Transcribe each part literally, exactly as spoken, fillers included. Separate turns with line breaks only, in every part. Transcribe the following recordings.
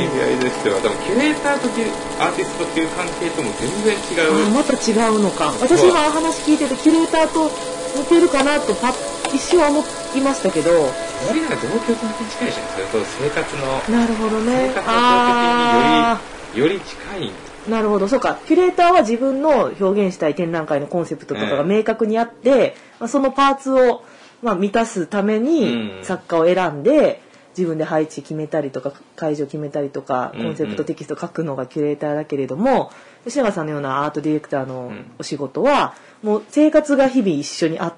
意味合いとしては多分キュレーターとアーティストっていう関係とも全然違う。
あまた違うのか。私今話聞いててキュレーターと似てるかなとパッ一瞬は思いましたけど、
割が同居と近いじゃないですか。生活の
なるほどね。
生活の状況的によりより近い。
なるほど、そうか。キュレーターは自分の表現したい展覧会のコンセプトとかが明確にあって、うん、そのパーツをまあ満たすために作家を選んで、自分で配置決めたりとか会場決めたりとかコンセプトテキスト書くのがキュレーターだけれども、吉永さんのようなアートディレクターのお仕事はもう生活が日々一緒にあって、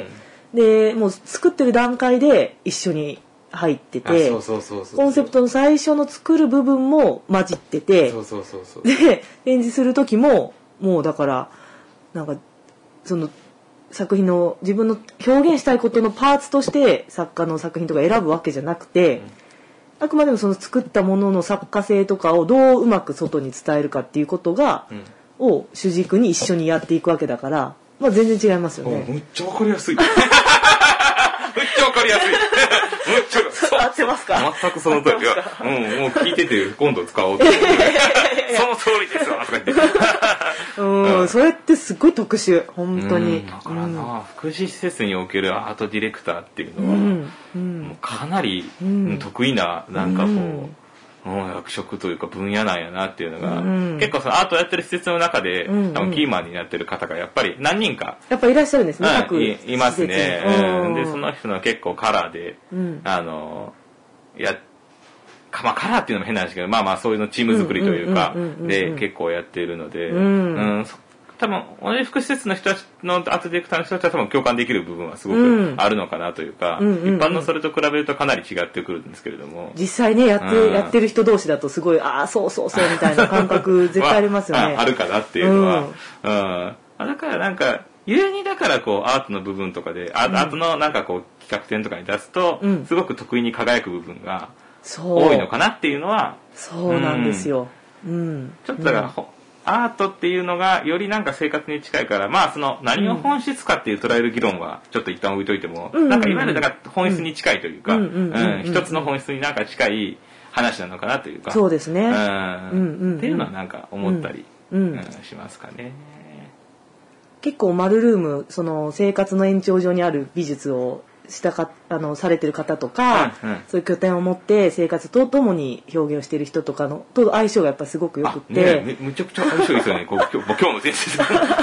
うん、でもう作ってる段階で一緒に入ってて、コンセプトの最初の作る部分も混じってて、で展示する時ももうだからなんかその作品の自分の表現したいことのパーツとして作家の作品とか選ぶわけじゃなくて、うん、あくまでもその作ったものの作家性とかをどううまく外に伝えるかっていうことが、うん、を主軸に一緒にやっていくわけだから、まあ、全然違いますよね。
めっちゃわかりやすいめっちゃわかりやすいめっちゃ
合ってますか？
全くその通り。いや、うん、もう聞いてて今度使おうと思ってその通りですわとか言って
うん、それってすごい特殊本当に。
だからな、うん、福祉施設におけるアートディレクターっていうのは、うんうん、もうかなり、うん、得意ななんかこう、うんうん、役職というか分野なんやなっていうのが、うん、結構そのアートをやってる施設の中で、うんうん、多分キーマンになってる方がやっぱり何人か
やっぱいらっしゃるんですね、
うん、い, いますね、うん、でその人の結構カラーで、うん、あのやまあカラーっていうのも変なんですけど、まあまあそういうのチーム作りというかで結構やっているので、うんうん、多分同じ福祉施設の人たちのアートディレクターの人たちは多分共感できる部分はすごくあるのかなというか、うんうんうん、一般のそれと比べるとかなり違ってくるんですけれども、
実際ねやって、うん、やってる人同士だとすごいああそうそうそうみたいな感覚絶対ありますよね、
まあ、あるかなっていうのは、うんうん、だからなんか故にだからこうアートの部分とかでアートのなんかこう企画展とかに出すと、うん、すごく得意に輝く部分が多いのかなっていうのは
そうなんですよ、うん、
ちょっとだから、うん、アートっていうのがよりなんか生活に近いから、まあその何を本質かっていう捉える議論はちょっと一旦置いといても、うん、なんかいわゆるだから本質に近いというか、一つの本質になんか近い話なのかなというか、
そうですね、うん
うん、っていうのはなんか思ったり、うんうん、しますかね。
結構マルルームその生活の延長上にある美術をしたかあのされてる方とか、うんうん、そういう拠点を持って生活とともに表現をしている人とかのと相性がやっぱすごくよくて、
ね、め, めちゃくちゃ相性いいですよね。こう今日今日の先生めっちゃ面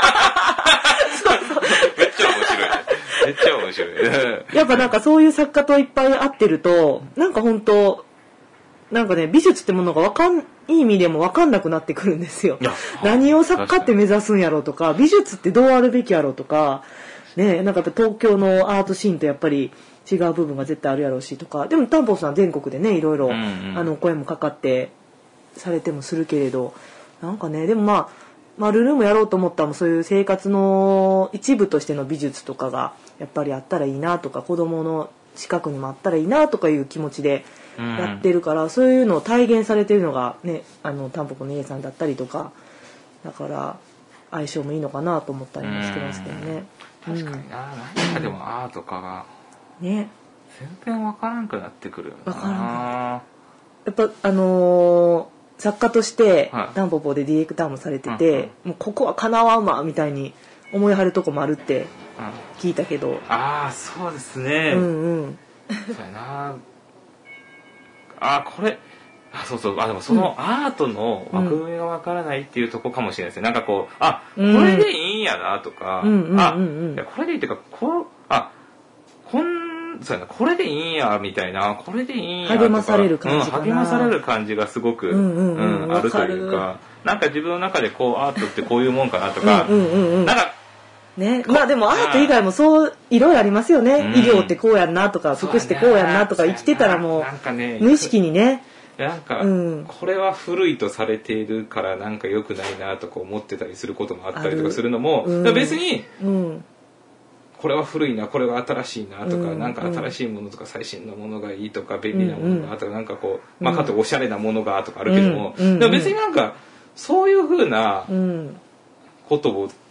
白い、めっちゃ面白い。
やっぱなんかそういう作家といっぱい会ってるとなんか本当なんかね美術ってものがわかんいい意味でも分かんなくなってくるんですよ。何を作家って目指すんやろうとか美術ってどうあるべきやろうとか。ね、なんか東京のアートシーンとやっぱり違う部分が絶対あるやろうしとか、でもタンポさん全国でねいろいろ、うんうん、あの声もかかってされてもするけれど、なんかねでもまあマルルームやろうと思ったらそういう生活の一部としての美術とかがやっぱりあったらいいなとか、子供の近くにもあったらいいなとかいう気持ちでやってるから、うん、そういうのを体現されてるのがねあのタンポポの家さんだったりとかだから相性もいいのかなと思ったりもしてますけどね。
確かにな、何かでもアートかが全然分からんくなってくるよな。分からん
やっぱあのー、作家としてタンポポでディレクターもされてて、はい、もうここはかなわんわみたいに思いはるとこもあるって聞いたけど、うん、
ああそうですね、うんうんそうやなあこれあそうそうあでもそのアートの枠組みがわからないっていうとこかもしれないですね。なんかこうあこれでいいんやなとか、うん、あいやこれでいいっていうかこうあこんそうやなこれでいいんやみたいなこれでいいんやとか
励まされる感じかな、
うん、励まされる感じがすごく、うんうんうんうん、あるというかなんか自分の中でこうアートってこういうもんかなとか、うんうんうんうん、なんか
ね、まあでもアート以外もそういろいろありますよね、うん、医療ってこうやんなとか福祉ってこうやんなとか生きてたらもう、ね、無意識にね
なんか、うん、これは古いとされているからなんか良くないなとか思ってたりすることもあったりとかするのも、うん、別に、うん、これは古いなこれは新しいなとか、うん、なんか新しいものとか最新のものがいいとか便利なものがとか、うん、なんかこう、まあ、かとおしゃれなものがとかあるけども、うん、でも別になんかそういう風なことを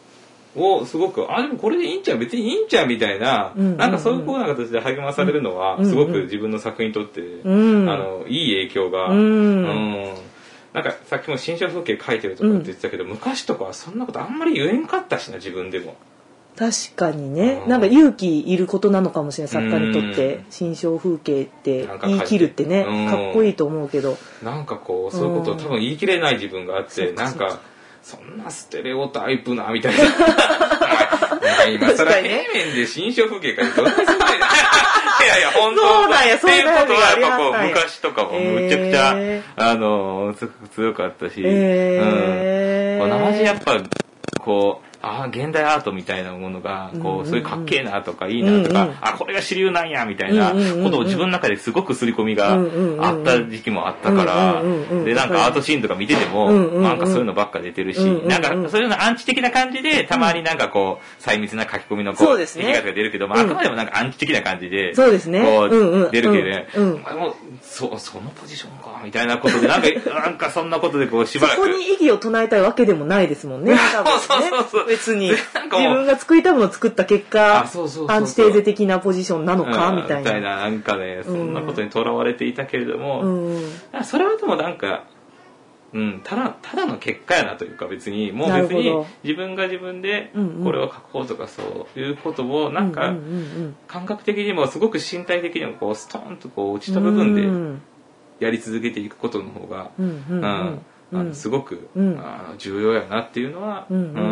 をすごく、あ、でもこれでいいんちゃう別にいいんちゃうみたいな、うんうんうん、なんかそういう風な形で励まされるのは、うんうん、すごく自分の作品にとって、うん、あのいい影響が、うんうんなんかさっきも新象風景描いてるとかって言ってたけど、うん、昔とかはそんなことあんまり言えんかったしな自分でも
確かにね、うん、なんか勇気いることなのかもしれない作家にとって新象風景って言い切るってね、うん、かっこいいと思うけど
なんかこうそういうことを多分言い切れない自分があって、うん、なんかそんなステレオタイプなみたいな今更平面で新象風景描いてどんなすごいいやいや本当
そうなんやそうなんや
っていうことはやっぱこう昔とかもむちゃくちゃ、えー、あの強かったし、えー、うん、生地やっぱこうああ現代アートみたいなものがこう、うんうん、そういうかっけえなとかいいなとか、うんうん、あこれが主流なんやみたいなことを自分の中ですごく刷り込みがあった時期もあったから、でなんかアートシーンとか見てても、うんうん、なんかそういうのばっか出てるし、うんうん、なんかそういうのアンチ的な感じでたまになんかこう細密な書き込みのこう
そうですね
出来方が出るけど、まあ、あくまでもなんかアンチ的な感じで
そうですね
こう
うんうん、
出るけどね、
うんうん、
もうそそのポジションかみたいなことでなんかなんかそんなことでこうしばらく
そこに意義を唱えたいわけでもないですもんね。多分ね
そうそうそう
別に。自分が作りたいものを作った結果、アンチテーゼ的なポジションなのか、うん、みたいな。みたいな、
なんかね、そんなことにとらわれていたけれども、うん、それはでもなんか、うん、ただ、ただの結果やなというか別に、もう別に自分が自分でこれを書こうとかそういうことを、なんか、感覚的にもすごく身体的にもこう、ストーンとこう落ちた部分でやり続けていくことの方が、うん。あのすごく、うん、あの重要やなっていうのは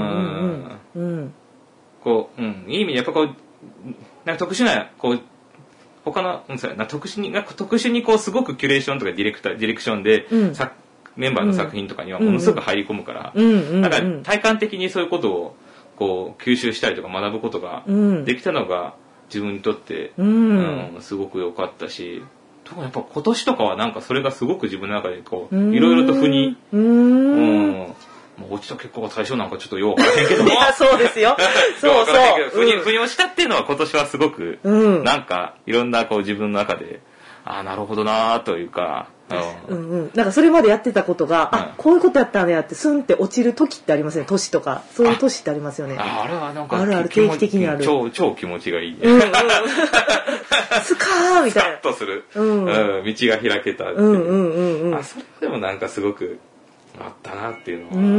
こう、うん、いい意味でやっぱこうなんか特殊なこう他の、うん、そうやな特殊になんか特殊にこうすごくキュレーションとかディレクターディレクションで、うん、メンバーの作品とかにはものすごく入り込むから、うん、だから体感的にそういうことをこう吸収したりとか学ぶことができたのが自分にとって、うんうん、すごく良かったし。やっぱ今年とかはなんかそれがすごく自分の中でこういろいろと腑にうーんもう落ちた結果が最初なんかちょっとよくわからへんけども
いやそうですよそうそう
腑に腑に落ちたっていうのは今年はすごく、うん、なんかいろんなこう自分の中でああなるほどなーというか、
うん、うんうんなんかそれまでやってたことが、うん、あこういうことやったんやってスンって落ちる時ってありますよね年とかそういう年ってありますよね
あ, あれはなんか
あるある定期的にある
超超気持ちがいい、
うんうん、スカーみたいなスカ
ッとする、うんうん、道が開けたっていう、うんうんうんうん、あそれでもなんかすごくあったなっていうのは、うん、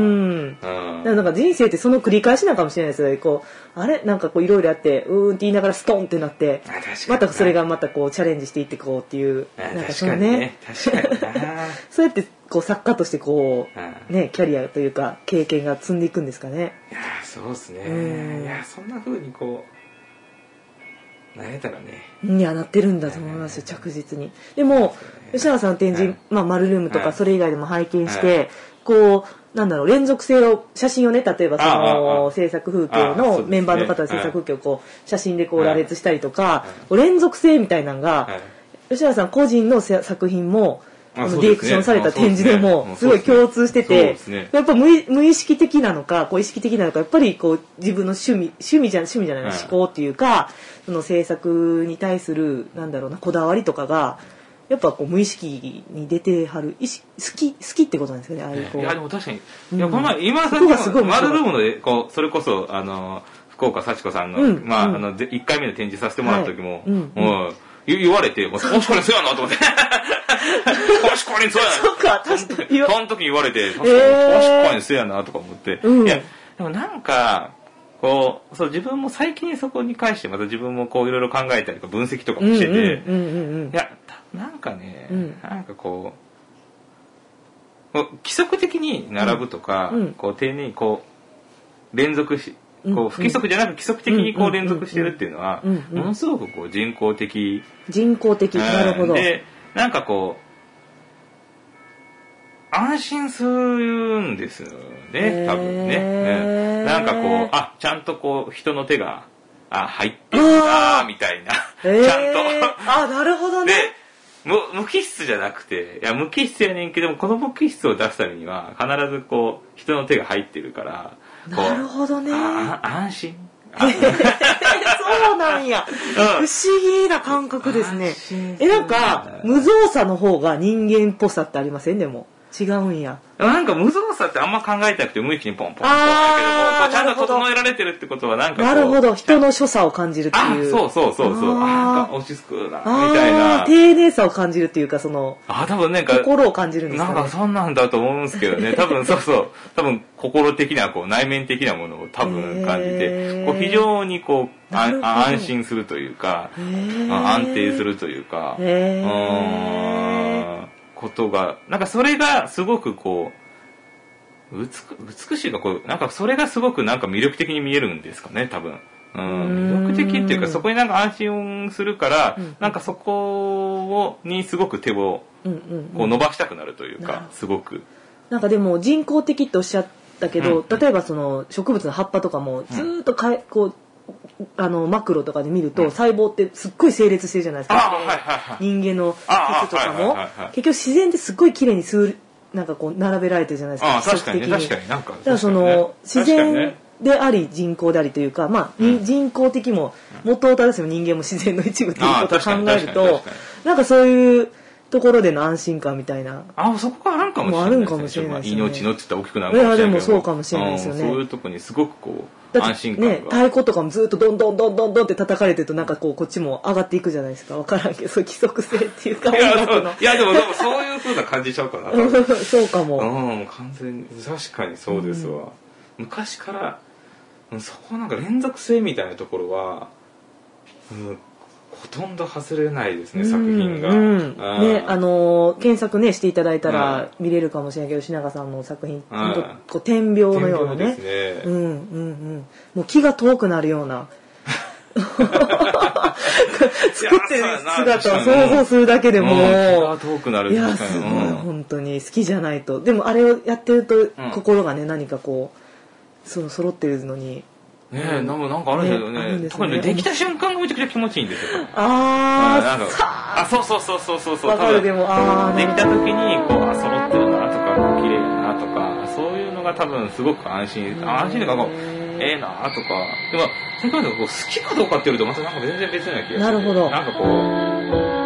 うん、なんか人生ってその繰り返しなのかもしれないですよねこうあれなんかこういろいろやってうーんって言いながらストンってなってまたそれがまたこうチャレンジしていってこうっていうなんかそのね
確かにな
そうやってこう作家としてこうねキャリアというか経験が積んでいくんですかね
いやそうですね、うん、いやそんな風にこうなれたらね
いやなってるんだと思いますよ着実にでも吉永さんの展示、はいまあ、マルルームとかそれ以外でも拝見して、はいこうなんだろう連続性を写真をね例えばその制作風景のメンバーの方の制作風景をこう写真でこう羅列したりとか連続性みたいなのが吉永さん個人の作品もディレクションされた展示でもすごい共通しててやっぱ 無, 無意識的なのかこう意識的なのかやっぱりこう自分の趣味趣味じゃ趣味じゃない思考っていうかその制作に対するなんだろうなこだわりとかがやっぱこう無意識に出てはる意識好き好きってことなんですかねああいうこう
いやでも確かに、うん、いやこの前今さっきのマルルームのでこうそれこそあの福岡幸子さんの、うん、まあ、うん、あのいっかいめの展示させてもらった時も、はいうんうんうん言われて、確かにそうやなと思って。確かにそうやな。
そっか、確かに。
その時に言われて、確かに、確かにそうやなとか思って。うん、いや、でもなんか、こう、そう、自分も最近そこに関してまた自分もこういろいろ考えたりとか分析とかもしてて、いや、なんかね、うん、なんかこう、規則的に並ぶとか、うん、こう丁寧にこう、連続し、こう不規則じゃなく規則的にこう連続してるっていうのはものすごくこう人工的
人工的なるほど
でなんかこう安心するんですよね多分ね、なんかこうあちゃんとこう人の手があ入ってるなみたいなちゃんと
あなるほどね
で無機質じゃなくていや無機質やねんけどもこの無機質を出すためには必ずこう人の手が入ってるから
なるほどね
安心
そうなんや、うん、不思議な感覚ですねえなんか無造作の方が人間っぽさってありませんでも違うんや。
なんか無造作ってあんま考えてなくて無意識にポンポンポンだけども、ちゃんと整えられてるってことはなんか
なるほど、人の所作を感じるっていう。
あ、そうそうそうそう。あ、なんか落ち着くな、みたいな。
丁寧さを感じるっていうか、その、
あ、多分なんか、
心を感じるんですかね。
なんかそんなんだと思うんですけどね。多分そうそう。多分心的な、こう、内面的なものを多分感じて、こう非常にこう、安心するというか、安定するというか、うーん、ことが、なんかそれがすごくこう、美, 美しいかこう、なんかそれがすごくなんか魅力的に見えるんですかね、多分。うん、魅力的っていうか、そこになんか安心するから、うん、なんかそこをにすごく手をこう伸ばしたくなるというか、すごく。
なんかでも人工的っておっしゃったけど、うん、例えばその植物の葉っぱとかもずーっとかえこうあのマクロとかで見ると、うん、細胞ってすっごい整列してるじゃないですか、
はいはいはい、
人間の皮膚とかも、結局自然ってすっごい綺麗にすなんかこう並べられてるじゃないですか。
あ確かにね、確かになんか、
だからその、ね、自然であり人工でありというか、まあ、うん、人工的も元を正しても人間も自然の一部ということを考えると、なんかそういうところでの安心感みたいな。
あ、そこがあるんかもしれない、
ね。あるんかもしれないですね。
命のって言ったら大きくなるかもしれないけど。
いやでもそうかもしれないですよね。
うん、そういうとこにすごくこう安心感が。
ね、太鼓とかもずっとどんどんどんどんどんって叩かれてるとなんかこうこっちも上がっていくじゃないですか。わからんけど、そう規則性っていうか。
いや、いやでもでもそういう風な感じちゃうかな。
そうかも。
うん、完全に確かにそうですわ。うん、昔からそこなんか連続性みたいなところは。うんほとんど外れないですね、作品が。うん、
ね、あのー、検索ねしていただいたら見れるかもしれないけど、吉永さんの作品、本当こう点描のようなね、
ですね、
うんうんうん、もう気が遠くなるような。作ってる姿を想像するだけでも、気
が遠くなる。
いやすごい、うん、本当に好きじゃないと。でもあれをやってると心がね何かこうその揃ってるのに。
ねえ、なんかなんかあるけどね、ね特にできた瞬間がめちゃくちゃ気持ちいいんですよ。
あ
なんかあ、そうそうそうそうそうそう。
わかるでもあ
できた時にこうあ揃ってるなとかこう綺麗だなとかそういうのが多分すごく安心安心とかこうええなとかでも先ほどこう好きかどうかっていうとまたなんか全然別な気がする。
なるほど。
なんかこう。